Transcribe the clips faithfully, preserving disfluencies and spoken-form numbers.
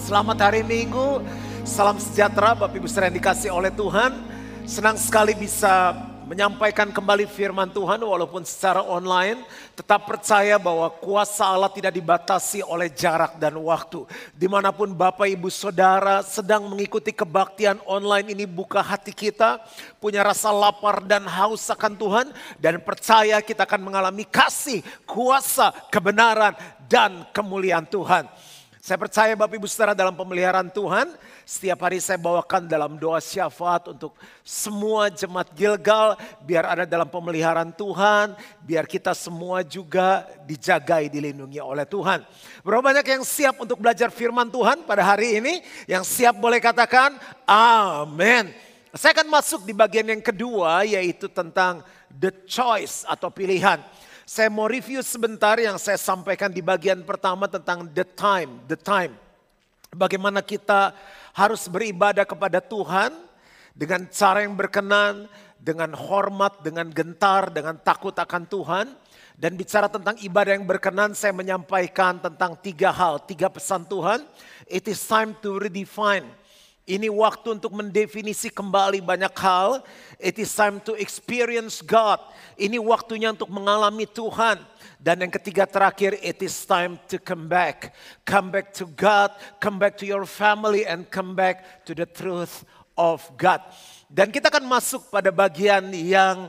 Selamat hari Minggu, salam sejahtera Bapak Ibu saudara yang dikasih oleh Tuhan. Senang sekali bisa menyampaikan kembali firman Tuhan walaupun secara online. Tetap percaya bahwa kuasa Allah tidak dibatasi oleh jarak dan waktu. Dimanapun Bapak Ibu Saudara sedang mengikuti kebaktian online ini, buka hati kita, punya rasa lapar dan haus akan Tuhan. Dan percaya kita akan mengalami kasih, kuasa, kebenaran dan kemuliaan Tuhan. Saya percaya Bapak Ibu Saudara dalam pemeliharaan Tuhan. Setiap hari saya bawakan dalam doa syafaat untuk semua jemaat Gilgal. Biar ada dalam pemeliharaan Tuhan. Biar kita semua juga dijagai, dilindungi oleh Tuhan. Berapa banyak yang siap untuk belajar firman Tuhan pada hari ini? Yang siap boleh katakan amin. Saya akan masuk di bagian yang kedua, yaitu tentang the choice atau pilihan. Saya mau review sebentar yang saya sampaikan di bagian pertama tentang the time, the time. Bagaimana kita harus beribadah kepada Tuhan dengan cara yang berkenan, dengan hormat, dengan gentar, dengan takut akan Tuhan. Dan bicara tentang ibadah yang berkenan, saya menyampaikan tentang tiga hal, tiga pesan Tuhan. It is time to redefine. Ini waktu untuk mendefinisi kembali banyak hal. It is time to experience God. Ini waktunya untuk mengalami Tuhan. Dan yang ketiga terakhir, it is time to come back. Come back to God, come back to your family, and come back to the truth of God. Dan kita akan masuk pada bagian yang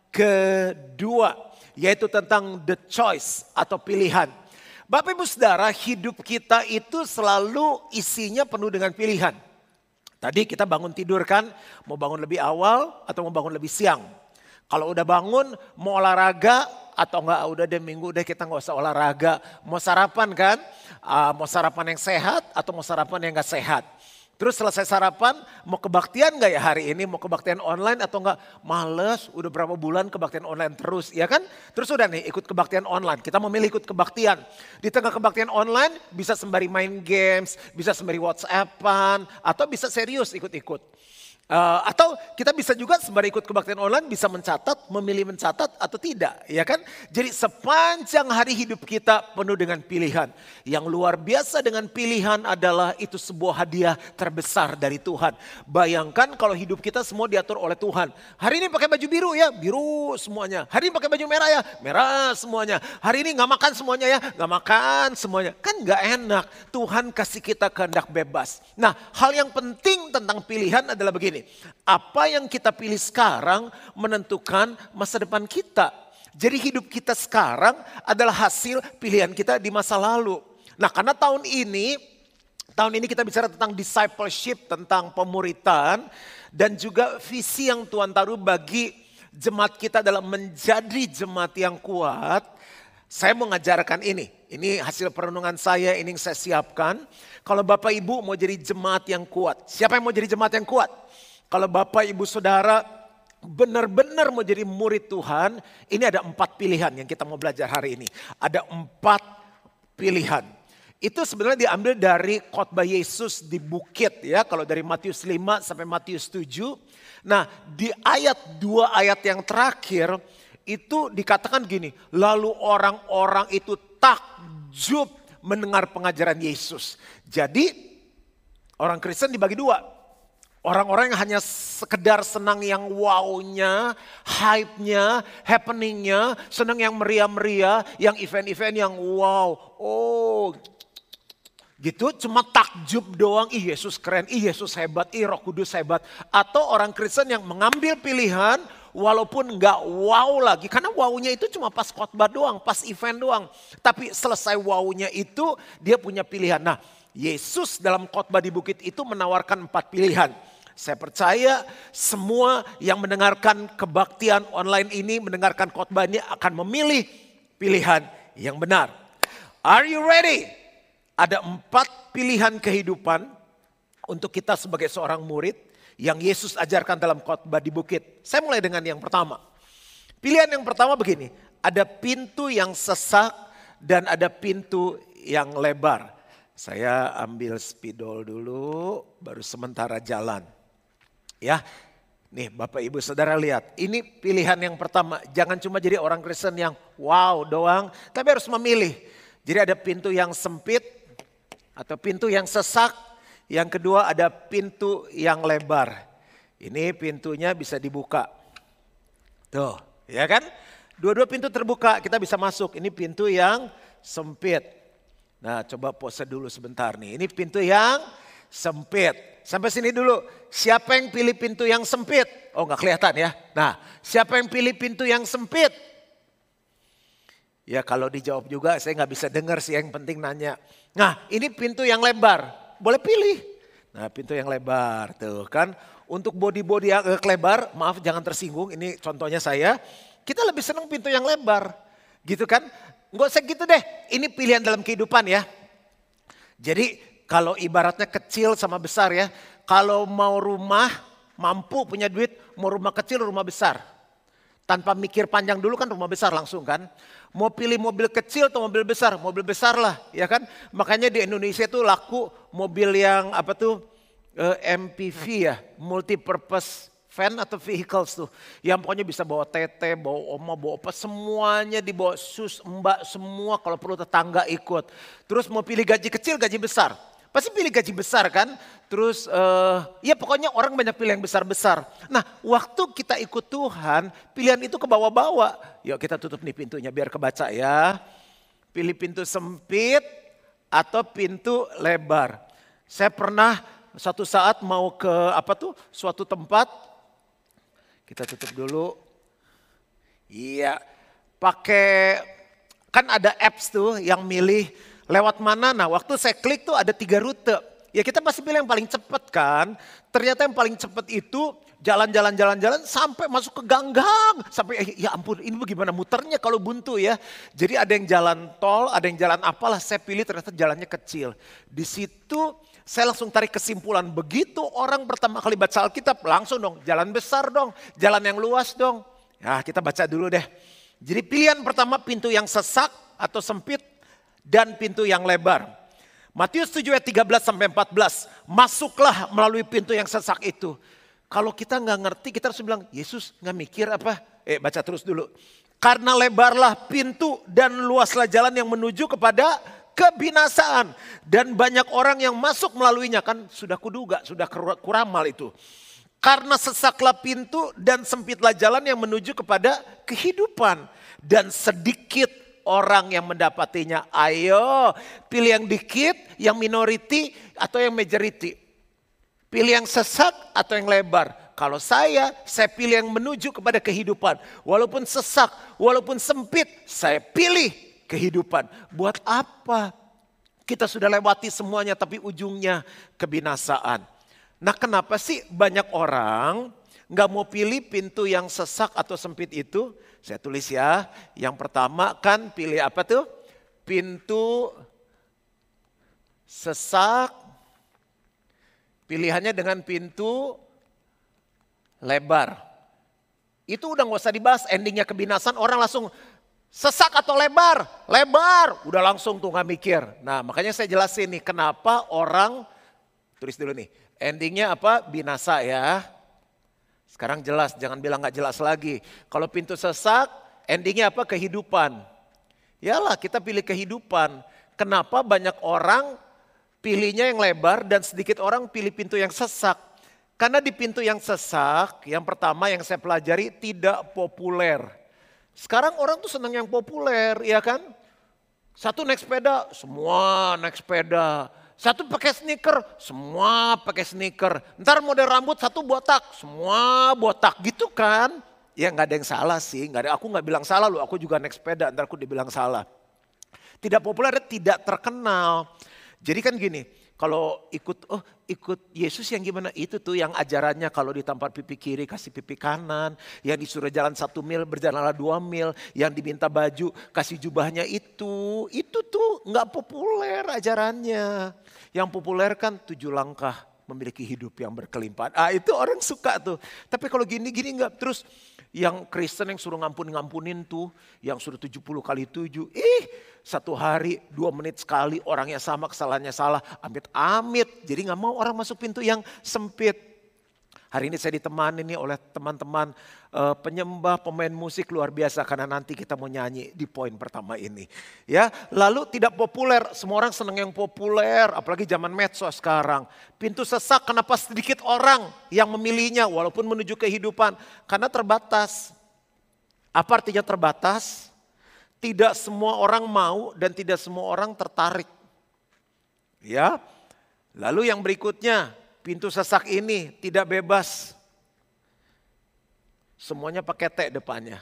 kedua, yaitu tentang the choice atau pilihan. Bapak Ibu Saudara, hidup kita itu selalu isinya penuh dengan pilihan. Tadi kita bangun tidur kan, mau bangun lebih awal atau mau bangun lebih siang. Kalau udah bangun mau olahraga atau enggak, udah deh minggu udah kita nggak usah olahraga. Mau sarapan kan, uh, mau sarapan yang sehat atau mau sarapan yang nggak sehat. Terus selesai sarapan, mau kebaktian gak ya hari ini? Mau kebaktian online atau enggak? Males, udah berapa bulan kebaktian online terus, ya kan? Terus udah nih ikut kebaktian online, kita memilih ikut kebaktian. Di tengah kebaktian online bisa sembari main games, bisa sembari WhatsAppan, atau bisa serius ikut-ikut. Uh, atau kita bisa juga sembari ikut kebaktian online bisa mencatat, memilih mencatat atau tidak, ya kan? Jadi sepanjang hari hidup kita penuh dengan pilihan. Yang luar biasa dengan pilihan adalah itu sebuah hadiah terbesar dari Tuhan. Bayangkan kalau hidup kita semua diatur oleh Tuhan. Hari ini pakai baju biru ya, biru semuanya. Hari ini pakai baju merah ya, merah semuanya. Hari ini gak makan semuanya ya, gak makan semuanya. Kan gak enak, Tuhan kasih kita kehendak bebas. Nah, hal yang penting tentang pilihan adalah begini. Apa yang kita pilih sekarang menentukan masa depan kita. Jadi hidup kita sekarang adalah hasil pilihan kita di masa lalu. Nah, karena tahun ini, tahun ini kita bicara tentang discipleship, tentang pemuritan. Dan juga visi yang Tuhan taruh bagi jemaat kita dalam menjadi jemaat yang kuat. Saya mau ngajarkan ini. Ini hasil perenungan saya, ini yang saya siapkan. Kalau Bapak Ibu mau jadi jemaat yang kuat. Siapa yang mau jadi jemaat yang kuat? Kalau Bapak Ibu Saudara benar-benar mau jadi murid Tuhan, ini ada empat pilihan yang kita mau belajar hari ini. Ada empat pilihan. Itu sebenarnya diambil dari khotbah Yesus di bukit ya. Kalau dari Matius lima sampai Matius tujuh. Nah, di ayat dua ayat yang terakhir itu dikatakan gini. Lalu orang-orang itu takjub mendengar pengajaran Yesus. Jadi orang Kristen dibagi dua. Orang-orang yang hanya sekedar senang yang wow-nya, hype-nya, happening-nya, senang yang meriah-meriah, yang event-event yang wow, oh gitu, cuma takjub doang, ih Yesus keren, ih Yesus hebat, ih Roh Kudus hebat. Atau orang Kristen yang mengambil pilihan walaupun nggak wow lagi, karena wow-nya itu cuma pas khotbah doang, pas event doang. Tapi selesai wow-nya itu dia punya pilihan. Nah, Yesus dalam khotbah di bukit itu menawarkan empat pilihan. Saya percaya semua yang mendengarkan kebaktian online ini, mendengarkan khotbah ini akan memilih pilihan yang benar. Are you ready? Ada empat pilihan kehidupan untuk kita sebagai seorang murid yang Yesus ajarkan dalam khotbah di bukit. Saya mulai dengan yang pertama. Pilihan yang pertama begini, ada pintu yang sesak dan ada pintu yang lebar. Saya ambil spidol dulu, baru sementara jalan. Ya, nih Bapak Ibu Saudara lihat, ini pilihan yang pertama. Jangan cuma jadi orang Kristen yang wow doang, tapi harus memilih. Jadi ada pintu yang sempit atau pintu yang sesak Yang kedua ada pintu yang lebar. Ini pintunya bisa dibuka. Tuh, ya kan? Dua-dua pintu terbuka, kita bisa masuk. Ini pintu yang sempit. Nah, coba pause dulu sebentar nih. Ini pintu yang sempit. Sampai sini dulu. Siapa yang pilih pintu yang sempit? Oh, nggak kelihatan ya. Nah, siapa yang pilih pintu yang sempit? Ya kalau dijawab juga saya nggak bisa dengar sih, yang penting nanya. Nah, ini pintu yang lebar. Boleh pilih. Nah, pintu yang lebar tuh kan. Untuk body-body yang eh, lebar, maaf jangan tersinggung, ini contohnya saya. Kita lebih senang pintu yang lebar. Gitu kan. Nggak usah gitu deh, ini pilihan dalam kehidupan ya. Jadi kalau ibaratnya kecil sama besar ya. Kalau mau rumah, mampu punya duit, mau rumah kecil, rumah besar. Tanpa mikir panjang dulu kan rumah besar langsung kan. Mau pilih mobil kecil atau mobil besar, mobil besar lah ya kan. Makanya di Indonesia tuh laku mobil yang apa tuh eh, M P V ya, multi purpose van atau vehicles tuh. Yang pokoknya bisa bawa tete, bawa oma, bawa apa, semuanya dibawa sus, mbak semua, kalau perlu tetangga ikut. Terus mau pilih gaji kecil, gaji besar. Pasti pilih gaji besar kan. Terus uh, ya pokoknya orang banyak pilih yang besar-besar. Nah waktu kita ikut Tuhan, pilihan itu ke bawah-bawah. Yuk kita tutup nih pintunya biar kebaca ya. Pilih pintu sempit atau pintu lebar. Saya pernah satu saat mau ke apa tuh suatu tempat. Kita tutup dulu. Iya pakai kan ada apps tuh yang milih lewat mana. Nah waktu saya klik tuh ada tiga rute. Ya kita pasti pilih yang paling cepat kan. Ternyata yang paling cepat itu jalan-jalan-jalan-jalan sampai masuk ke gang-gang. Sampai eh, ya ampun ini bagaimana muternya kalau buntu ya. Jadi ada yang jalan tol, ada yang jalan apalah. Saya pilih ternyata jalannya kecil. Di situ saya langsung tarik kesimpulan. Begitu orang pertama kali baca Alkitab langsung dong jalan besar dong. Jalan yang luas dong. Ya kita baca dulu deh. Jadi pilihan pertama pintu yang sesak atau sempit. Dan pintu yang lebar. Matius tujuh ayat tiga belas sampai empat belas. Masuklah melalui pintu yang sesak itu. Kalau kita nggak ngerti kita harus bilang Yesus nggak mikir apa. Eh baca terus dulu. Karena lebarlah pintu dan luaslah jalan yang menuju kepada kebinasaan. Dan banyak orang yang masuk melaluinya. Kan sudah kuduga, sudah kuramal itu. Karena sesaklah pintu dan sempitlah jalan yang menuju kepada kehidupan. Dan sedikit orang yang mendapatinya. Ayo pilih yang dikit, yang minority atau yang majority. Pilih yang sesak atau yang lebar. Kalau saya, saya pilih yang menuju kepada kehidupan. Walaupun sesak, walaupun sempit, saya pilih kehidupan. Buat apa? Kita sudah lewati semuanya tapi ujungnya kebinasaan. Nah kenapa sih banyak orang gak mau pilih pintu yang sesak atau sempit itu? Saya tulis ya, yang pertama kan pilih apa tuh? Pintu sesak, pilihannya dengan pintu lebar. Itu udah gak usah dibahas, endingnya kebinasan orang langsung sesak atau lebar? Lebar, udah langsung tuh gak mikir. Nah makanya saya jelasin nih kenapa orang, tulis dulu nih, endingnya apa? Binasa ya. Sekarang jelas, jangan bilang gak jelas lagi. Kalau pintu sesak, endingnya apa? Kehidupan. Yalah kita pilih kehidupan. Kenapa banyak orang pilihnya yang lebar dan sedikit orang pilih pintu yang sesak? Karena di pintu yang sesak, yang pertama yang saya pelajari tidak populer. Sekarang orang tuh senang yang populer, ya kan? Satu naik sepeda, semua naik sepeda. Satu pakai sneaker, semua pakai sneaker. Ntar model rambut satu botak, semua botak gitu kan. Ya nggak ada yang salah sih, nggak ada. Aku nggak bilang salah loh, aku juga naik sepeda, ntar aku dibilang salah. Tidak populer, tidak terkenal. Jadi kan gini, kalau ikut, oh ikut Yesus yang gimana? Itu tuh yang ajarannya kalau ditampar pipi kiri kasih pipi kanan. Yang disuruh jalan satu mil berjalanlah dua mil. Yang diminta baju kasih jubahnya itu. Itu tuh nggak populer ajarannya. Yang populer kan tujuh langkah memiliki hidup yang berkelimpahan. Ah itu orang suka tuh. Tapi kalau gini-gini enggak. Terus yang Kristen yang suruh ngampun-ngampunin tuh. Yang suruh tujuh puluh kali tujuh. Ih satu hari dua menit sekali orangnya sama kesalahannya salah. Amit-amit. Jadi gak mau orang masuk pintu yang sempit. Hari ini saya ditemani nih oleh teman-teman uh, penyembah, pemain musik luar biasa karena nanti kita mau nyanyi di poin pertama ini. Ya, lalu tidak populer, semua orang senang yang populer, apalagi zaman medsos sekarang. Pintu sesak, kenapa sedikit orang yang memilihnya walaupun menuju kehidupan? Karena terbatas. Apa artinya terbatas? Tidak semua orang mau dan tidak semua orang tertarik. Ya, lalu yang berikutnya. Pintu sesak ini tidak bebas. Semuanya pakai T depannya.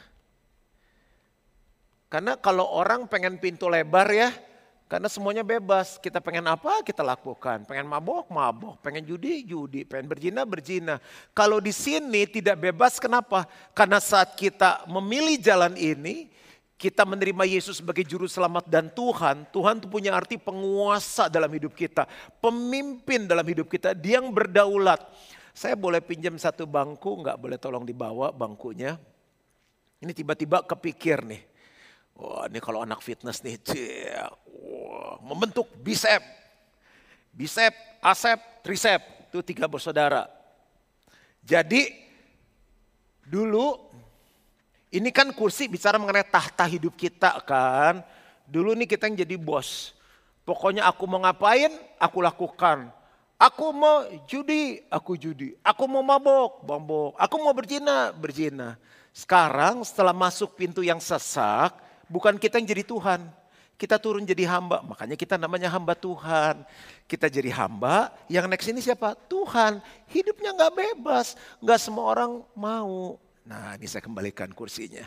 Karena kalau orang pengen pintu lebar ya, karena semuanya bebas. Kita pengen apa kita lakukan. Pengen mabok, mabok. Pengen judi, judi. Pengen berzina, berzina. Kalau di sini tidak bebas, kenapa? Karena saat kita memilih jalan ini, kita menerima Yesus sebagai juru selamat dan Tuhan. Tuhan itu punya arti penguasa dalam hidup kita. Pemimpin dalam hidup kita. Dia yang berdaulat. Saya boleh pinjam satu bangku, nggak boleh tolong dibawa bangkunya. Ini tiba-tiba kepikir nih. Wah ini kalau anak fitness nih. Wah, membentuk bicep. Bicep, asep, tricep. Itu tiga bersaudara. Jadi dulu... Ini kan kursi bicara mengenai tahta hidup kita kan. Dulu nih kita yang jadi bos. Pokoknya aku mau ngapain, aku lakukan. Aku mau judi, aku judi. Aku mau mabok, mabok. Aku mau berzina, berzina. Sekarang setelah masuk pintu yang sesak, bukan kita yang jadi Tuhan. Kita turun jadi hamba, makanya kita namanya hamba Tuhan. Kita jadi hamba, yang next ini siapa? Tuhan. Hidupnya gak bebas, gak semua orang mau. Nah ini saya kembalikan kursinya.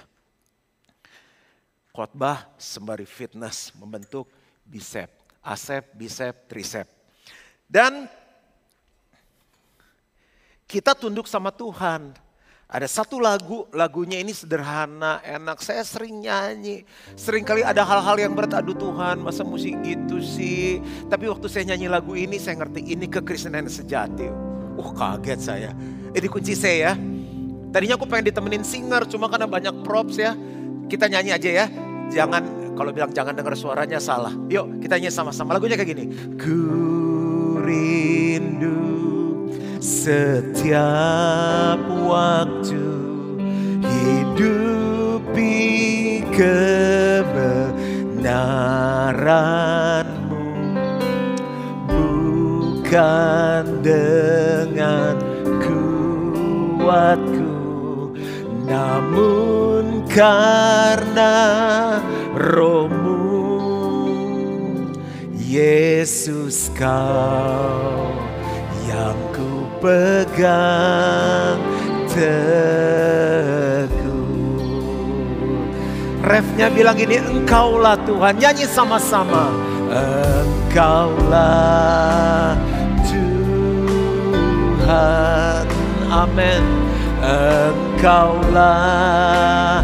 Khotbah sembari fitness membentuk bicep, asep, bicep, tricep. Dan kita tunduk sama Tuhan. Ada satu lagu, lagunya ini sederhana, enak. Saya sering nyanyi. Sering kali ada hal-hal yang berat, aduh Tuhan masa musik gitu sih. Tapi waktu saya nyanyi lagu ini saya ngerti ini kekristenan sejati. Uh kaget saya. Ini kunci saya ya. Tadinya aku pengen ditemenin singer, cuma karena banyak props ya. Kita nyanyi aja ya. Jangan, kalau bilang jangan dengar suaranya salah. Yuk kita nyanyi sama-sama. Lagunya kayak gini. Ku rindu setiap waktu hidupi kebenaran-Mu. Bukan dengan kuatku, namun karena Roh-Mu, Yesus Kau yang ku pegang teguh. Refnya bilang ini, Engkaulah Tuhan. Nyanyi sama-sama. Engkaulah Tuhan. Amin. Engkaulah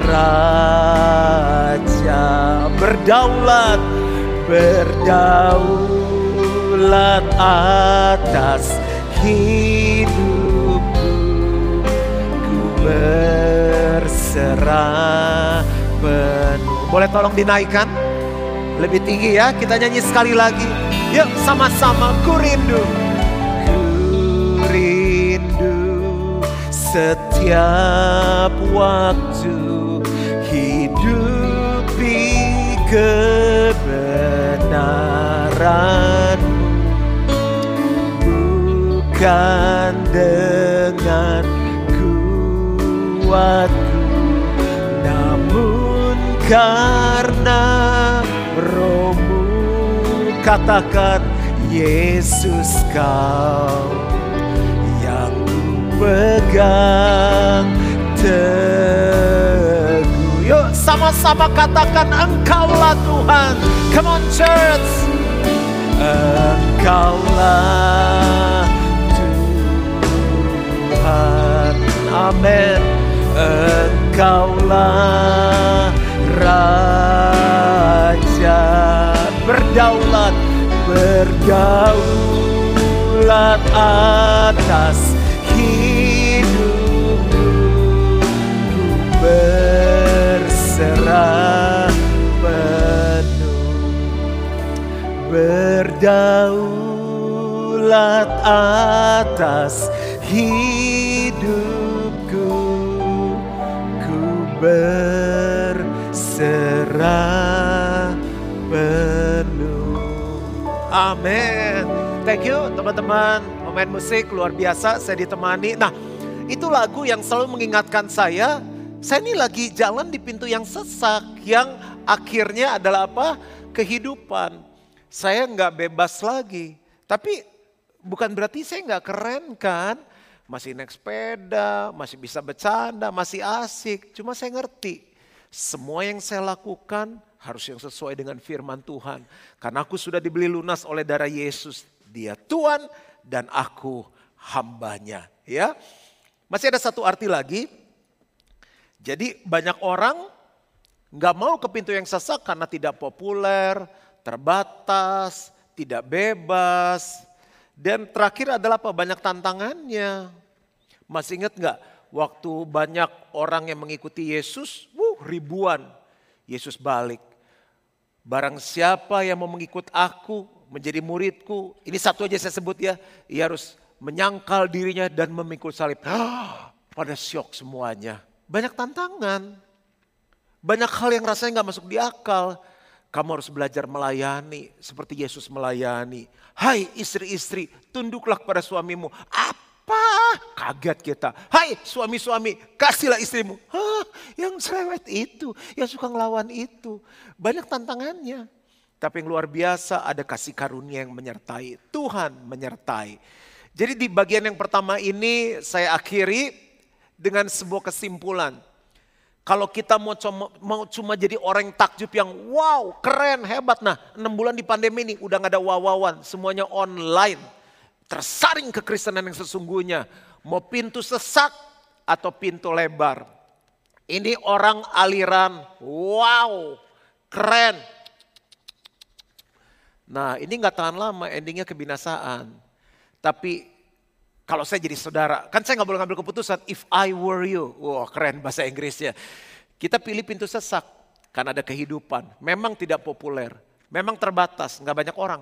Raja berdaulat, berdaulat atas hidupku. Ku berserah penuh. Boleh tolong dinaikkan lebih tinggi ya, kita nyanyi sekali lagi. Yuk sama-sama. Ku rindu, ku rindu setiap waktu hidupi kebenaran-Mu. Bukan dengan kuatku, namun karena Roh-Mu. Katakan, Yesus Kau yang ku pegang teguh. Yuk sama-sama katakan, Engkaulah Tuhan. Come on church. Engkaulah Tuhan. Amin. Engkaulah Raja berdaulat, berdaulat atas hidupku. Ku berserah penuh, berdaulat atas hidupku ku berserah penuh. Amin. Thank you teman-teman, pemain musik luar biasa, saya ditemani. Nah, itu lagu yang selalu mengingatkan saya, saya ini lagi jalan di pintu yang sesak, yang akhirnya adalah apa? Kehidupan. Saya nggak bebas lagi, tapi bukan berarti saya nggak keren kan? Masih naik sepeda, masih bisa bercanda, masih asik. Cuma saya ngerti, semua yang saya lakukan harus yang sesuai dengan firman Tuhan. Karena aku sudah dibeli lunas oleh darah Yesus. Dia Tuhan dan aku hambanya. Ya, masih ada satu arti lagi. Jadi banyak orang nggak mau ke pintu yang sesak karena tidak populer, terbatas, tidak bebas. Dan terakhir adalah apa? Banyak tantangannya. Masih ingat nggak waktu banyak orang yang mengikuti Yesus, wuh, ribuan. Yesus balik. Barang siapa yang mau mengikut aku, menjadi muridku. Ini satu aja saya sebut ya. Ia harus menyangkal dirinya dan memikul salib. Ah, pada syok semuanya. Banyak tantangan. Banyak hal yang rasanya gak masuk di akal. Kamu harus belajar melayani seperti Yesus melayani. Hai istri-istri, tunduklah kepada suamimu. Apa? Kaget kita. Hai suami-suami, kasihlah istrimu. Hah, yang cerewet itu, yang suka ngelawan itu. Banyak tantangannya. Tapi yang luar biasa ada kasih karunia yang menyertai. Tuhan menyertai. Jadi di bagian yang pertama ini saya akhiri dengan sebuah kesimpulan. Kalau kita mau cuma, mau cuma jadi orang yang takjub yang wow keren hebat. Nah enam bulan di pandemi ini udah gak ada wow-wowan. Semuanya online. Tersaring kekristenan yang sesungguhnya. Mau pintu sesak atau pintu lebar. Ini orang aliran wow keren. Nah ini gak tahan lama, endingnya kebinasaan. Tapi kalau saya jadi saudara, kan saya gak boleh ngambil keputusan. If I were you, wah keren bahasa Inggrisnya. Kita pilih pintu sesak, karena ada kehidupan. Memang tidak populer, memang terbatas, gak banyak orang.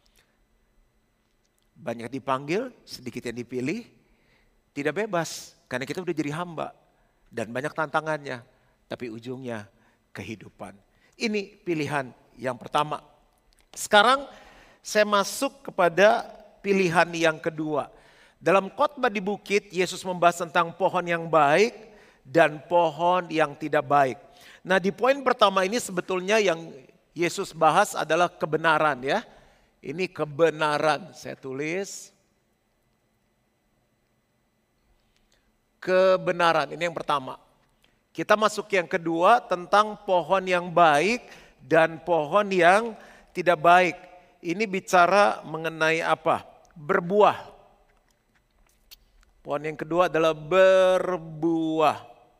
Banyak dipanggil, sedikit yang dipilih, tidak bebas. Karena kita udah jadi hamba. Dan banyak tantangannya, tapi ujungnya kehidupan. Ini pilihan yang pertama. Sekarang saya masuk kepada pilihan yang kedua. Dalam khotbah di bukit, Yesus membahas tentang pohon yang baik dan pohon yang tidak baik. Nah di poin pertama ini sebetulnya yang Yesus bahas adalah kebenaran ya. Ini kebenaran, saya tulis. Kebenaran, ini yang pertama. Kita masuk yang kedua tentang pohon yang baik dan pohon yang tidak baik. Ini bicara mengenai apa? Berbuah. Pohon yang kedua adalah berbuah.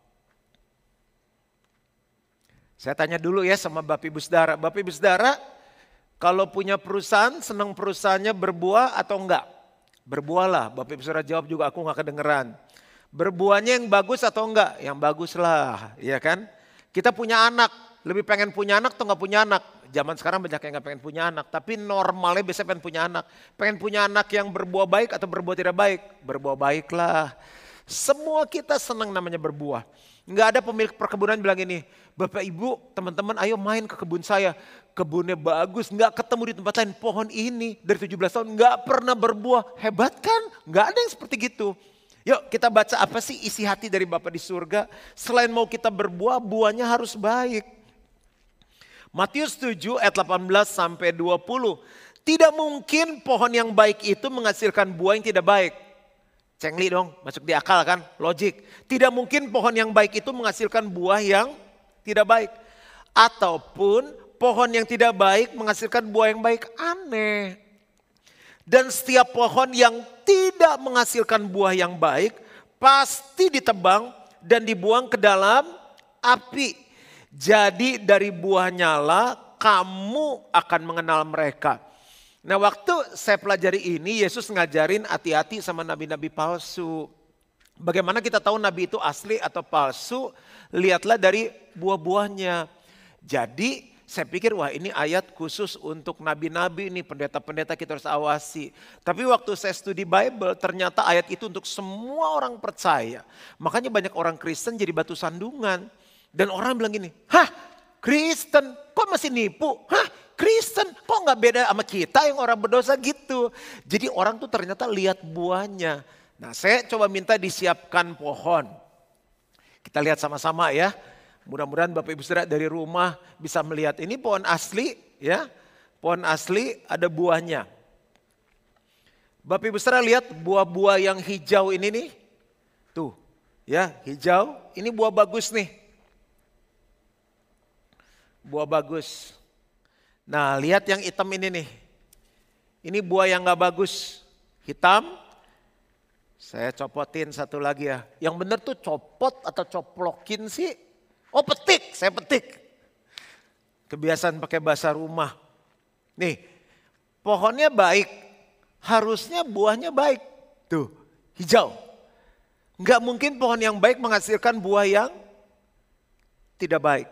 Saya tanya dulu ya sama Bapak Ibu Saudara. Bapak Ibu Saudara, kalau punya perusahaan, senang perusahaannya berbuah atau enggak? Berbuahlah. Bapak Ibu Saudara jawab juga, aku enggak kedengeran. Berbuahnya yang bagus atau enggak? Yang bagus lah, ya kan? Kita punya anak, lebih pengen punya anak atau enggak punya anak? Zaman sekarang banyak yang enggak pengen punya anak, tapi normalnya biasanya pengen punya anak. Pengen punya anak yang berbuah baik atau berbuah tidak baik? Berbuah baiklah. Semua kita senang namanya berbuah. Enggak ada pemilik perkebunan bilang ini, Bapak Ibu teman-teman ayo main ke kebun saya. Kebunnya bagus, enggak ketemu di tempat lain. Pohon ini dari tujuh belas tahun enggak pernah berbuah. Hebat kan? Enggak ada yang seperti gitu. Yuk kita baca apa sih isi hati dari Bapa di surga. Selain mau kita berbuah, buahnya harus baik. Matius tujuh ayat delapan belas sampai dua puluh. Tidak mungkin pohon yang baik itu menghasilkan buah yang tidak baik. Cengli dong, masuk di akal kan, logik. Tidak mungkin pohon yang baik itu menghasilkan buah yang tidak baik. Ataupun pohon yang tidak baik menghasilkan buah yang baik, aneh. Dan setiap pohon yang tidak menghasilkan buah yang baik pasti ditebang dan dibuang ke dalam api. Jadi dari buah nyala kamu akan mengenal mereka. Nah waktu saya pelajari ini Yesus ngajarin hati-hati sama nabi-nabi palsu. Bagaimana kita tahu nabi itu asli atau palsu? Lihatlah dari buah-buahnya. Jadi Saya pikir wah ini ayat khusus untuk nabi-nabi ini, pendeta-pendeta kita harus awasi. Tapi waktu saya studi Bible ternyata ayat itu untuk semua orang percaya. Makanya banyak orang Kristen jadi batu sandungan. Dan orang bilang gini, hah Kristen kok masih nipu? Hah Kristen kok gak beda sama kita yang orang berdosa gitu. Jadi orang tuh ternyata lihat buahnya. Nah saya coba minta disiapkan pohon. Kita lihat sama-sama ya. Mudah-mudahan Bapak Ibu Saudara dari rumah bisa melihat ini pohon asli ya. Pohon asli ada buahnya. Bapak Ibu Saudara lihat buah-buah yang hijau ini nih. Tuh ya hijau ini buah bagus nih. Buah bagus. Nah lihat yang hitam ini nih. Ini buah yang gak bagus. Hitam. Saya copotin satu lagi ya. Yang benar tuh copot atau coplokin sih. Oh petik, saya petik. Kebiasaan pakai bahasa rumah. Nih, pohonnya baik. Harusnya buahnya baik. Tuh, hijau. Enggak mungkin pohon yang baik menghasilkan buah yang tidak baik.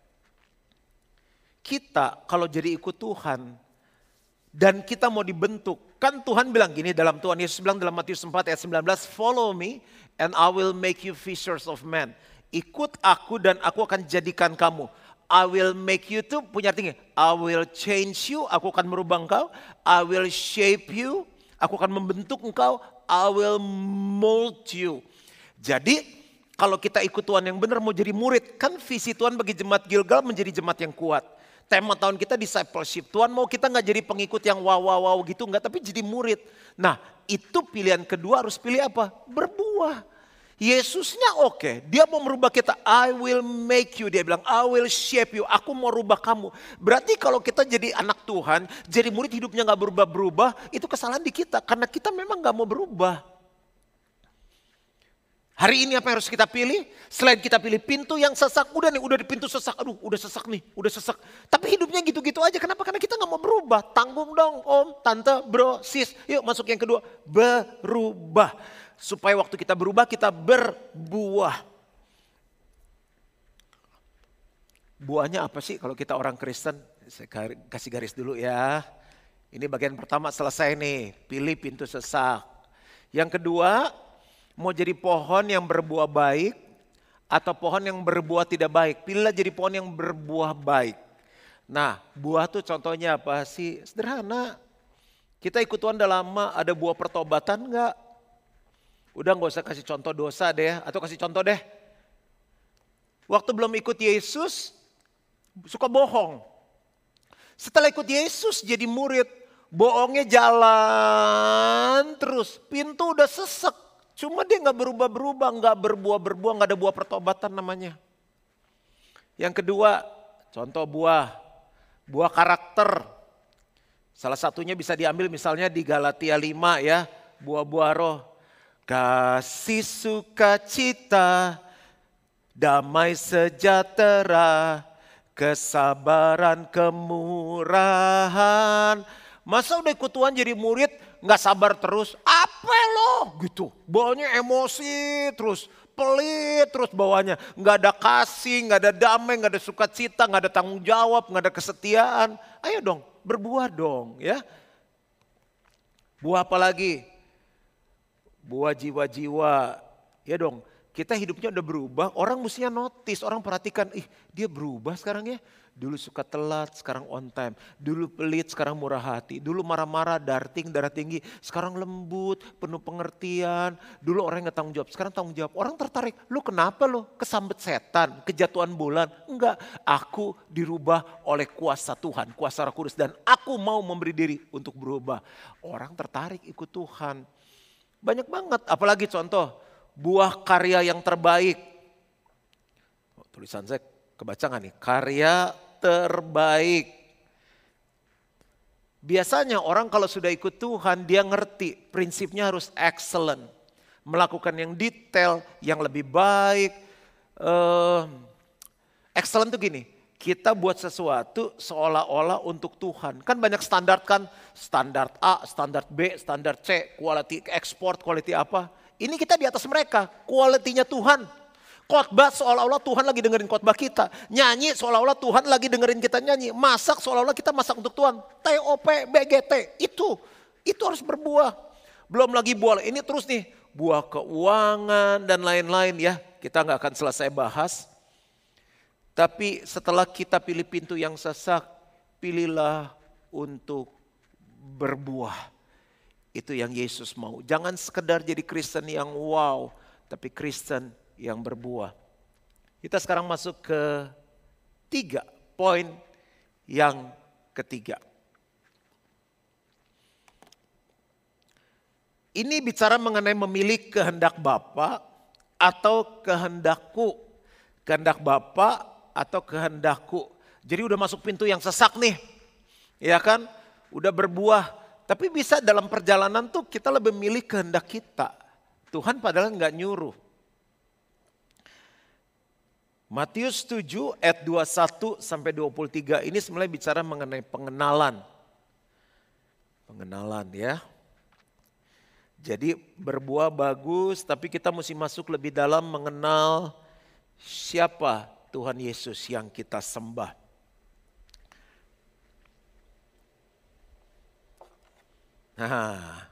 Kita kalau jadi ikut Tuhan dan kita mau dibentuk. Kan Tuhan bilang gini dalam Tuhan Yesus bilang dalam Matius empat ayat sembilan belas. Follow me and I will make you fishers of men. Ikut aku dan aku akan jadikan kamu. I will make you tuh punya artinya. I will change you, aku akan merubah engkau. I will shape you, aku akan membentuk engkau. I will mold you. Jadi kalau kita ikut Tuhan yang benar mau jadi murid. Kan visi Tuhan bagi jemaat Gilgal menjadi jemaat yang kuat. Tema tahun kita discipleship. Tuhan mau kita gak jadi pengikut yang wow wow wow gitu. Enggak, tapi jadi murid. Nah itu pilihan kedua harus pilih apa? Berbuah. Yesusnya oke, okay. Dia mau merubah kita. I will make you, dia bilang I will shape you, aku mau rubah kamu. Berarti kalau kita jadi anak Tuhan, jadi murid hidupnya gak berubah-berubah, itu kesalahan di kita. Karena kita memang gak mau berubah. Hari ini apa yang harus kita pilih? Selain kita pilih pintu yang sesak, udah nih udah di pintu sesak, aduh udah sesak nih, udah sesak. Tapi hidupnya gitu-gitu aja, kenapa? Karena kita gak mau berubah. Tanggung dong om, tante, bro, sis, yuk masuk yang kedua, berubah. Supaya waktu kita berubah kita berbuah. Buahnya apa sih kalau kita orang Kristen? Saya kasih garis dulu ya. Ini bagian pertama selesai nih. Pilih pintu sesak. Yang kedua, mau jadi pohon yang berbuah baik atau pohon yang berbuah tidak baik. Pilihlah jadi pohon yang berbuah baik. Nah buah tuh contohnya apa sih? Sederhana. Kita ikut Tuhan udah lama, ada buah pertobatan enggak? Udah gak usah kasih contoh dosa deh, atau kasih contoh deh. Waktu belum ikut Yesus, suka bohong. Setelah ikut Yesus jadi murid, bohongnya jalan terus. Pintu udah sesek, cuma dia gak berubah-berubah, gak berbuah-berbuah, gak ada buah pertobatan namanya. Yang kedua, contoh buah, buah karakter. Salah satunya bisa diambil misalnya di Galatia lima ya, buah-buah roh. Kasih sukacita, damai sejahtera, kesabaran, kemurahan. Masa udah ikut Tuhan jadi murid gak sabar terus? Apa lo gitu, bawanya emosi terus, pelit terus bawanya. Gak ada kasih, gak ada damai, gak ada sukacita, gak ada tanggung jawab, gak ada kesetiaan. Ayo dong berbuah dong ya. Buah apa lagi? Buah jiwa-jiwa, ya dong kita hidupnya udah berubah, orang mestinya notice, orang perhatikan, ih dia berubah sekarang ya. Dulu suka telat, sekarang on time. Dulu pelit, sekarang murah hati. Dulu marah-marah, darting, darah tinggi. Sekarang lembut, penuh pengertian. Dulu orang yang gak tanggung jawab, sekarang tanggung jawab. Orang tertarik, lu kenapa lu kesambet setan, kejatuhan bulan? Enggak, aku dirubah oleh kuasa Tuhan, kuasa Roh Kudus. Dan aku mau memberi diri untuk berubah. Orang tertarik ikut Tuhan. Banyak banget, apalagi contoh buah karya yang terbaik. Oh, tulisan saya kebaca gak nih? Karya terbaik. Biasanya orang kalau sudah ikut Tuhan dia ngerti prinsipnya harus excellent. Melakukan yang detail, yang lebih baik. Uh, excellent tuh gini, kita buat sesuatu seolah-olah untuk Tuhan. Kan banyak standar kan, standar A, standar B, standar C, quality export, quality apa. Ini kita di atas mereka, quality-nya Tuhan. Khotbah seolah-olah Tuhan lagi dengerin khotbah kita. Nyanyi seolah-olah Tuhan lagi dengerin kita nyanyi. Masak seolah-olah kita masak untuk Tuhan. T O P, B G T, itu. Itu harus berbuah. Belum lagi buah, ini terus nih. Buah keuangan dan lain-lain ya. Kita gak akan selesai bahas. Tapi setelah kita pilih pintu yang sesak, pilihlah untuk berbuah. Itu yang Yesus mau. Jangan sekedar jadi Kristen yang wow, tapi Kristen yang berbuah. Kita sekarang masuk ke tiga poin yang ketiga. Ini bicara mengenai memilih kehendak Bapa atau kehendakku. Kehendak Bapa atau kehendakku. Jadi udah masuk pintu yang sesak nih. Ya kan? Udah berbuah. Tapi bisa dalam perjalanan tuh kita lebih milih kehendak kita. Tuhan padahal nggak nyuruh. Matius tujuh ayat dua puluh satu sampai dua puluh tiga ini sebenarnya bicara mengenai pengenalan. Pengenalan ya. Jadi berbuah bagus tapi kita mesti masuk lebih dalam mengenal siapa Tuhan Yesus yang kita sembah. Nah,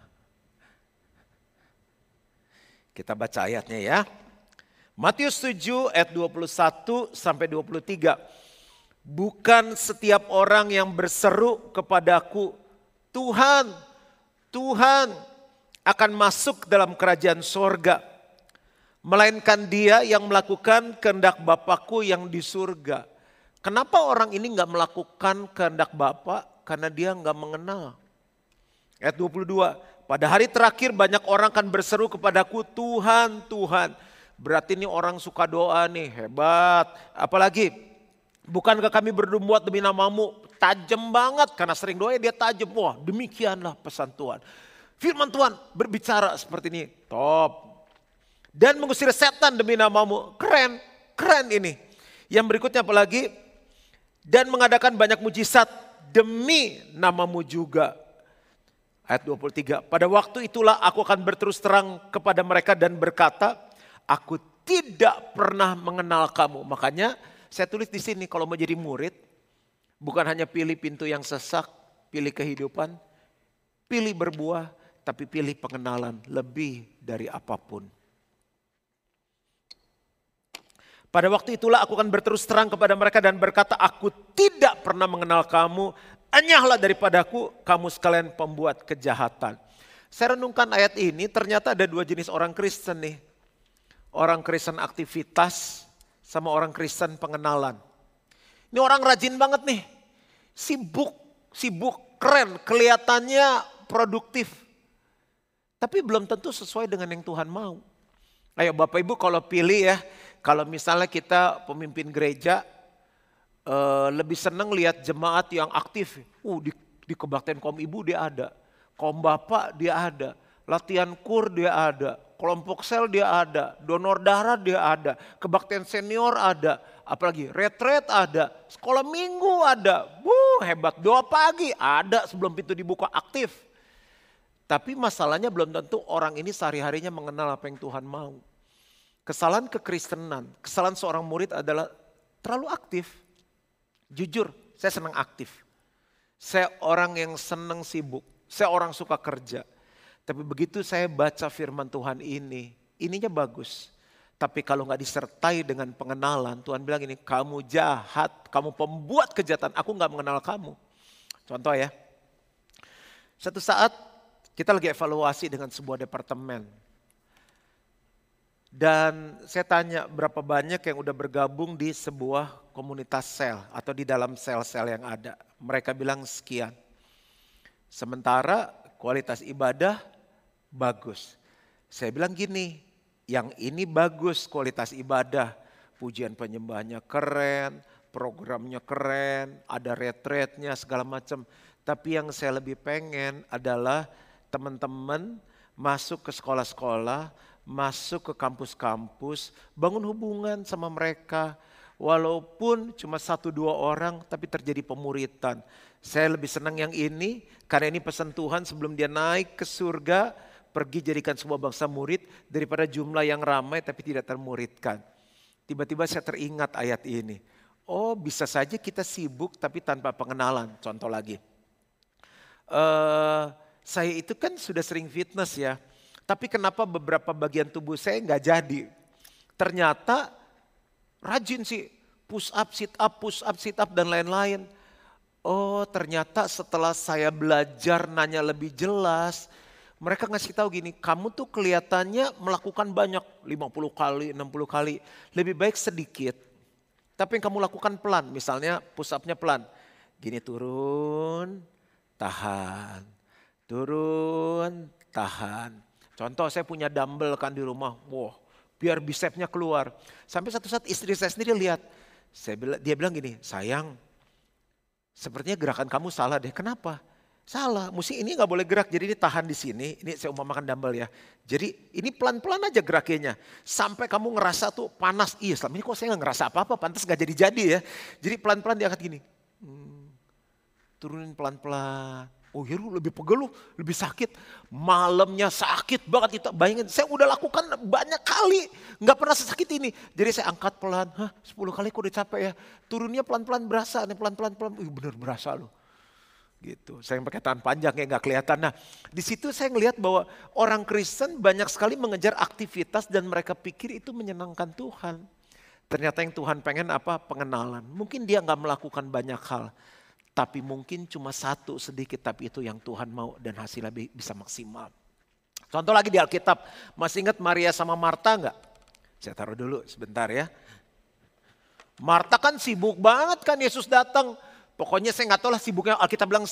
kita baca ayatnya ya. Matius tujuh ayat dua puluh satu sampai dua puluh tiga. Bukan setiap orang yang berseru kepadaku, Tuhan, Tuhan akan masuk dalam kerajaan sorga. Melainkan dia yang melakukan kehendak Bapakku yang di surga. Kenapa orang ini gak melakukan kehendak Bapa? Karena dia gak mengenal. Ayat dua puluh dua. Pada hari terakhir banyak orang akan berseru kepadaku, Tuhan, Tuhan. Berarti ini orang suka doa nih, hebat. Apalagi, bukankah kami berbuat demi namamu? Tajam banget, karena sering doa dia tajam. Wah, demikianlah pesan Tuhan. Firman Tuhan berbicara seperti ini, top. Dan mengusir setan demi namamu, keren, keren ini. Yang berikutnya apalagi, dan mengadakan banyak mujizat demi namamu juga. Ayat dua puluh tiga, pada waktu itulah aku akan berterus terang kepada mereka dan berkata, aku tidak pernah mengenal kamu. Makanya saya tulis di sini kalau mau jadi murid, bukan hanya pilih pintu yang sesak, pilih kehidupan, pilih berbuah, tapi pilih pengenalan lebih dari apapun. Pada waktu itulah aku akan berterus terang kepada mereka dan berkata, aku tidak pernah mengenal kamu, enyahlah daripadaku, kamu sekalian pembuat kejahatan. Saya renungkan ayat ini, ternyata ada dua jenis orang Kristen nih. Orang Kristen aktivitas sama orang Kristen pengenalan. Ini orang rajin banget nih. Sibuk, sibuk, keren, kelihatannya produktif. Tapi belum tentu sesuai dengan yang Tuhan mau. Ayo Bapak Ibu kalau pilih ya, kalau misalnya kita pemimpin gereja, uh, lebih senang lihat jemaat yang aktif. Uh, di, di kebaktian kaum ibu dia ada, kaum bapak dia ada, latihan kur dia ada. Kelompok sel dia ada, donor darah dia ada, kebaktian senior ada, apalagi retret ada, sekolah minggu ada, wuh hebat, doa pagi ada sebelum pintu dibuka aktif. Tapi masalahnya belum tentu orang ini sehari-harinya mengenal apa yang Tuhan mau. Kesalahan kekristenan, kesalahan seorang murid adalah terlalu aktif. Jujur, saya senang aktif. Saya orang yang senang sibuk, saya orang suka kerja. Tapi begitu saya baca firman Tuhan ini, ininya bagus. Tapi kalau gak disertai dengan pengenalan, Tuhan bilang ini, kamu jahat, kamu pembuat kejahatan, aku gak mengenal kamu. Contoh ya, satu saat kita lagi evaluasi dengan sebuah departemen. Dan saya tanya berapa banyak yang udah bergabung di sebuah komunitas sel atau di dalam sel-sel yang ada. Mereka bilang sekian. Sementara kualitas ibadah bagus. Saya bilang gini, yang ini bagus kualitas ibadah. Pujian penyembahnya keren, programnya keren, ada retretnya segala macam. Tapi yang saya lebih pengen adalah teman-teman masuk ke sekolah-sekolah, masuk ke kampus-kampus, bangun hubungan sama mereka. Walaupun cuma satu dua orang tapi terjadi pemuritan. Saya lebih senang yang ini karena ini pesan Tuhan sebelum dia naik ke surga. Pergi jadikan sebuah bangsa murid daripada jumlah yang ramai tapi tidak termuridkan. tiba-tiba saya teringat ayat ini. Oh, bisa saja kita sibuk tapi tanpa pengenalan. Contoh lagi. Uh, saya itu kan sudah sering fitness ya. Tapi kenapa beberapa bagian tubuh saya nggak jadi? Ternyata rajin sih. Push up, sit up, push up, sit up dan lain-lain. Oh, ternyata setelah saya belajar nanya lebih jelas. Mereka ngasih tahu gini, kamu tuh kelihatannya melakukan banyak, lima puluh kali, enam puluh kali. Lebih baik sedikit, tapi yang kamu lakukan pelan. Misalnya push up-nya pelan. Gini turun, tahan. Turun, tahan. Contoh saya punya dumbbell kan di rumah. Wow, biar bisepnya keluar. Sampai satu saat istri saya sendiri lihat. Saya bilang, dia bilang gini, sayang sepertinya gerakan kamu salah deh. Kenapa? Salah, mesti ini nggak boleh gerak, jadi ini tahan di sini. Ini saya umpamakan dumbbell ya. Jadi ini pelan-pelan aja gerakinnya. Sampai kamu ngerasa tuh panas. Iya, selama ini kok saya nggak ngerasa apa-apa, pantas nggak jadi-jadi ya. Jadi pelan-pelan diangkat gini. Hmm, turunin pelan-pelan. Oh ya lu lebih pegel lu, lebih sakit. Malamnya sakit banget itu. Bayangin, saya udah lakukan banyak kali. Nggak pernah sesakit ini. Jadi saya angkat pelan, hah sepuluh kali kok udah capek ya. Turunnya pelan-pelan berasa, nih pelan-pelan. pelan. Ih bener berasa loh. Gitu. Saya yang pakai tangan panjang ya nggak kelihatan. Nah di situ saya ngelihat bahwa orang Kristen banyak sekali mengejar aktivitas dan mereka pikir itu menyenangkan Tuhan. Ternyata yang Tuhan pengen apa? Pengenalan. Mungkin dia nggak melakukan banyak hal. Tapi mungkin cuma satu sedikit, tapi itu yang Tuhan mau dan hasilnya bisa maksimal. Contoh lagi di Alkitab, masih ingat Maria sama Marta nggak? Saya taruh dulu sebentar ya. Marta kan sibuk banget kan Yesus datang. Pokoknya saya nggak tahu lah sibuknya, Alkitab bilang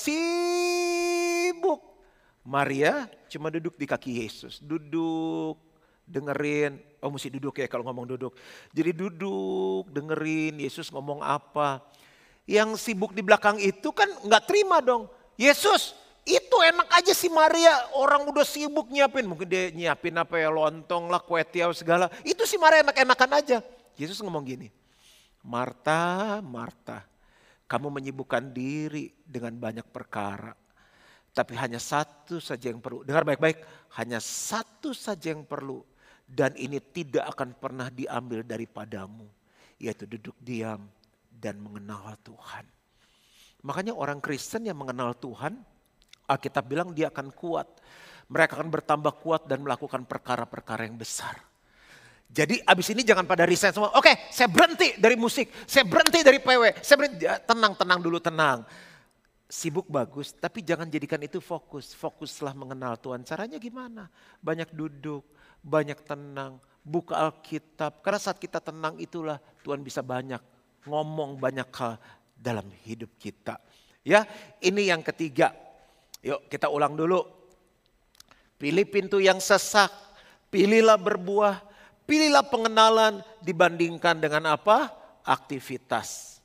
sibuk. Maria cuma duduk di kaki Yesus, duduk, dengerin. Oh mesti duduk ya kalau ngomong duduk. Jadi duduk, dengerin Yesus ngomong apa. Yang sibuk di belakang itu kan nggak terima dong. Yesus itu enak aja sih Maria, orang udah sibuk nyiapin. Mungkin dia nyiapin apa ya, lontong lah, kue tiaw segala. Itu si Maria enak-enakan aja. Yesus ngomong gini, Marta, Marta. Kamu menyibukkan diri dengan banyak perkara. Tapi hanya satu saja yang perlu. Dengar baik-baik. Hanya satu saja yang perlu. Dan ini tidak akan pernah diambil daripadamu. Yaitu duduk diam dan mengenal Tuhan. Makanya orang Kristen yang mengenal Tuhan. Alkitab bilang dia akan kuat. Mereka akan bertambah kuat dan melakukan perkara-perkara yang besar. Jadi abis ini jangan pada resign semua. Oke, saya berhenti dari musik, saya berhenti dari P W, saya berhenti. Tenang, tenang dulu, tenang. Sibuk bagus, tapi jangan jadikan itu fokus. Fokuslah mengenal Tuhan. Caranya gimana? Banyak duduk, banyak tenang, buka Alkitab. Karena saat kita tenang itulah Tuhan bisa banyak ngomong banyak hal dalam hidup kita. Ya, ini yang ketiga. Yuk kita ulang dulu. Pilih pintu yang sesak, pilihlah berbuah. Pilihlah pengenalan dibandingkan dengan apa? Aktivitas.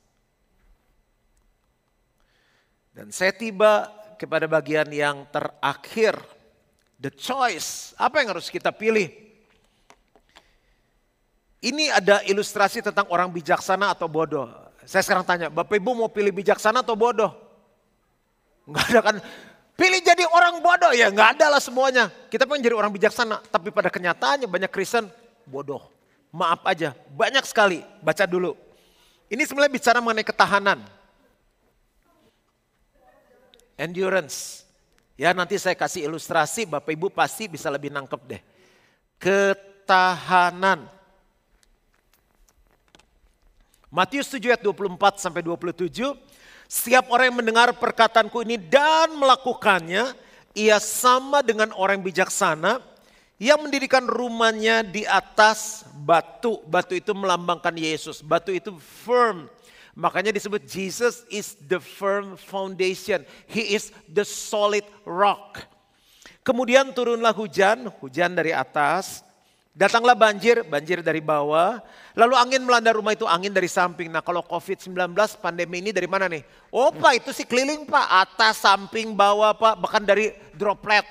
Dan saya tiba kepada bagian yang terakhir. The choice. Apa yang harus kita pilih? Ini ada ilustrasi tentang orang bijaksana atau bodoh. Saya sekarang tanya, Bapak Ibu mau pilih bijaksana atau bodoh? Enggak ada kan? Pilih jadi orang bodoh ya enggak ada lah semuanya. Kita pengen jadi orang bijaksana. Tapi pada kenyataannya banyak Kristen bodoh. Maaf aja, banyak sekali. Baca dulu. Ini sebenarnya bicara mengenai ketahanan. Endurance. Ya nanti saya kasih ilustrasi, Bapak Ibu pasti bisa lebih nangkep deh. Ketahanan. Matius tujuh ayat dua puluh empat sampai dua puluh tujuh. Setiap orang yang mendengar perkataanku ini dan melakukannya, ia sama dengan orang yang bijaksana yang mendirikan rumahnya di atas batu. Batu itu melambangkan Yesus. Batu itu firm. Makanya disebut Jesus is the firm foundation. He is the solid rock. Kemudian turunlah hujan, hujan dari atas. Datanglah banjir, banjir dari bawah. Lalu angin melanda rumah itu, angin dari samping. Nah kalau covid sembilan belas pandemi ini dari mana nih? Oh Pak itu sih keliling Pak, atas, samping, bawah Pak. Bahkan dari droplet.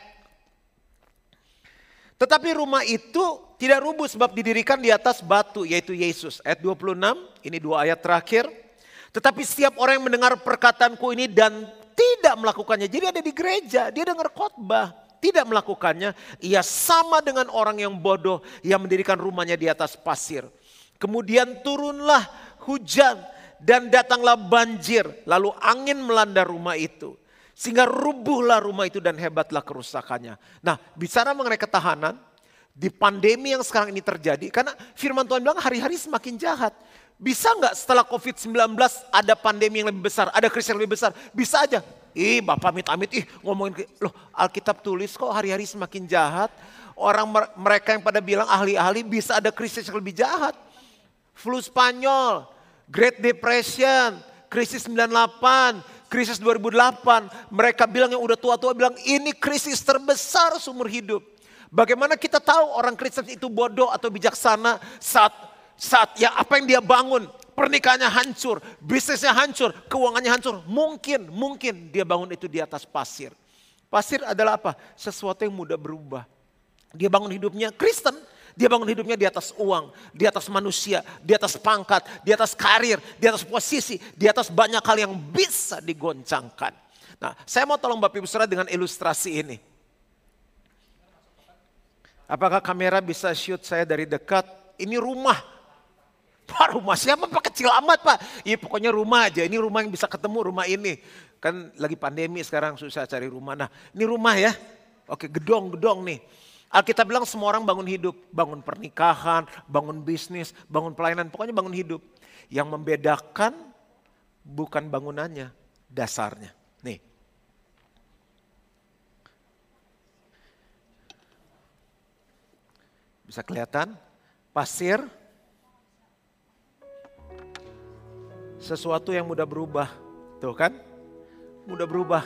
Tetapi rumah itu tidak rubuh sebab didirikan di atas batu yaitu Yesus. Ayat dua puluh enam, ini dua ayat terakhir. Tetapi setiap orang yang mendengar perkataanku ini dan tidak melakukannya. Jadi ada di gereja, dia dengar khotbah, tidak melakukannya. Ia sama dengan orang yang bodoh yang mendirikan rumahnya di atas pasir. Kemudian turunlah hujan dan datanglah banjir. Lalu angin melanda rumah itu. Sehingga rubuhlah rumah itu dan hebatlah kerusakannya. Nah, bicara mengenai ketahanan, di pandemi yang sekarang ini terjadi, karena firman Tuhan bilang hari-hari semakin jahat. Bisa nggak setelah covid sembilan belas ada pandemi yang lebih besar, ada krisis yang lebih besar? Bisa aja. Ih Bapak amit-amit, ih ngomongin, loh Alkitab tulis kok hari-hari semakin jahat. Orang mereka yang pada bilang ahli-ahli bisa ada krisis yang lebih jahat. Flu Spanyol, Great Depression, krisis sembilan puluh delapan, krisis dua ribu delapan. Mereka bilang yang udah tua-tua bilang ini krisis terbesar seumur hidup. Bagaimana kita tahu orang Kristen itu bodoh atau bijaksana saat saat ya apa yang dia bangun, pernikahannya hancur, bisnisnya hancur, keuangannya hancur. Mungkin, mungkin dia bangun itu di atas pasir. Pasir adalah apa? Sesuatu yang mudah berubah. Dia bangun hidupnya Kristen, dia bangun hidupnya di atas uang, di atas manusia, di atas pangkat, di atas karir, di atas posisi, di atas banyak hal yang bisa digoncangkan. Nah, saya mau tolong Bapak Ibu Saudara dengan ilustrasi ini. Apakah kamera bisa shoot saya dari dekat? Ini rumah. Pak rumah siapa Pak? Kecil amat Pak. Iya pokoknya rumah aja. Ini rumah yang bisa ketemu rumah ini. Kan lagi pandemi sekarang susah cari rumah. Nah ini rumah ya. Oke gedong-gedong nih. Alkitab bilang semua orang bangun hidup. Bangun pernikahan, bangun bisnis, bangun pelayanan. Pokoknya bangun hidup. Yang membedakan bukan bangunannya, dasarnya. Nih. Bisa kelihatan pasir. Sesuatu yang mudah berubah. Tuh kan? Mudah berubah.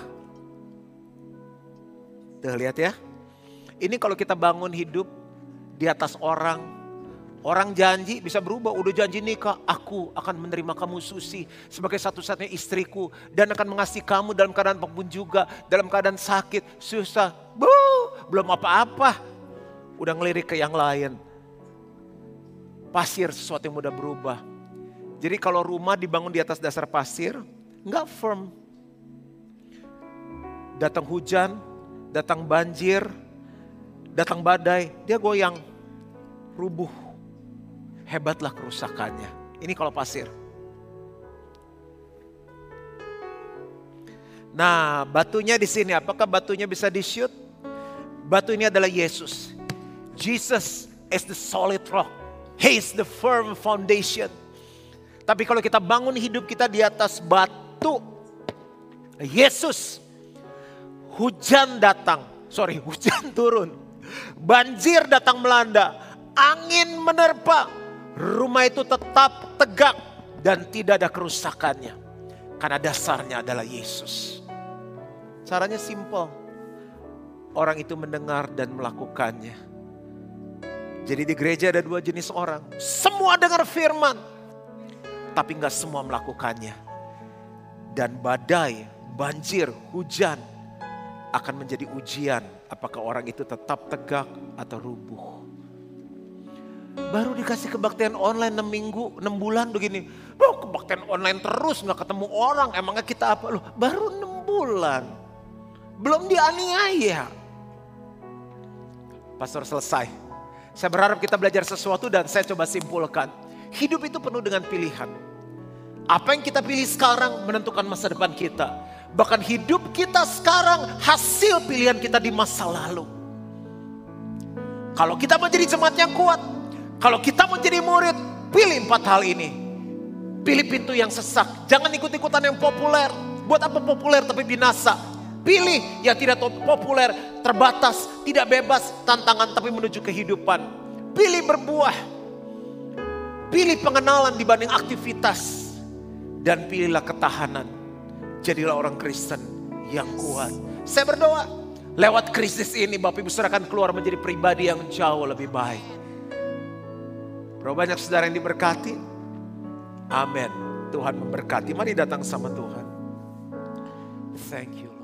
Tuh lihat ya. Ini kalau kita bangun hidup di atas orang. Orang janji bisa berubah. Udah janji nikah. Aku akan menerima kamu Susi sebagai satu-satunya istriku. Dan akan mengasihi kamu dalam keadaan apapun juga. Dalam keadaan sakit, susah. Buh, belum apa-apa. Udah ngelirik ke yang lain. Pasir sesuatu yang mudah berubah. Jadi kalau rumah dibangun di atas dasar pasir, nggak firm. Datang hujan, datang banjir, datang badai, dia goyang, rubuh. Hebatlah kerusakannya. Ini kalau pasir. Nah, batunya di sini, apakah batunya bisa di-shoot? Batu ini adalah Yesus. Jesus is the solid rock. He is the firm foundation. Tapi kalau kita bangun hidup kita di atas batu, Yesus, hujan datang, sorry hujan turun, banjir datang melanda, angin menerpa, rumah itu tetap tegak dan tidak ada kerusakannya. Karena dasarnya adalah Yesus. Caranya simple, orang itu mendengar dan melakukannya. Jadi di gereja ada dua jenis orang, semua dengar firman. Tapi enggak semua melakukannya. Dan badai, banjir, hujan akan menjadi ujian. Apakah orang itu tetap tegak atau rubuh. Baru dikasih kebaktian online enam minggu, enam bulan begini. Loh kebaktian online terus gak ketemu orang. Emangnya kita apa? Loh baru enam bulan. Belum dianiaya. Pastor selesai. Saya berharap kita belajar sesuatu dan saya coba simpulkan. Hidup itu penuh dengan pilihan. Apa yang kita pilih sekarang menentukan masa depan kita. Bahkan hidup kita sekarang hasil pilihan kita di masa lalu. Kalau kita mau jadi jemaat yang kuat. Kalau kita mau jadi murid, pilih empat hal ini. Pilih pintu yang sesak. Jangan ikut-ikutan yang populer. Buat apa populer tapi binasa. Pilih yang tidak populer, terbatas, tidak bebas, tantangan tapi menuju kehidupan. Pilih berbuah. Pilih pengenalan dibanding aktivitas. Dan pilihlah ketahanan. Jadilah orang Kristen yang kuat. Saya berdoa. Lewat krisis ini Bapak Ibu Saudara akan keluar menjadi pribadi yang jauh lebih baik. Berapa banyak saudara yang diberkati? Amin. Tuhan memberkati. Mari datang sama Tuhan. Thank you.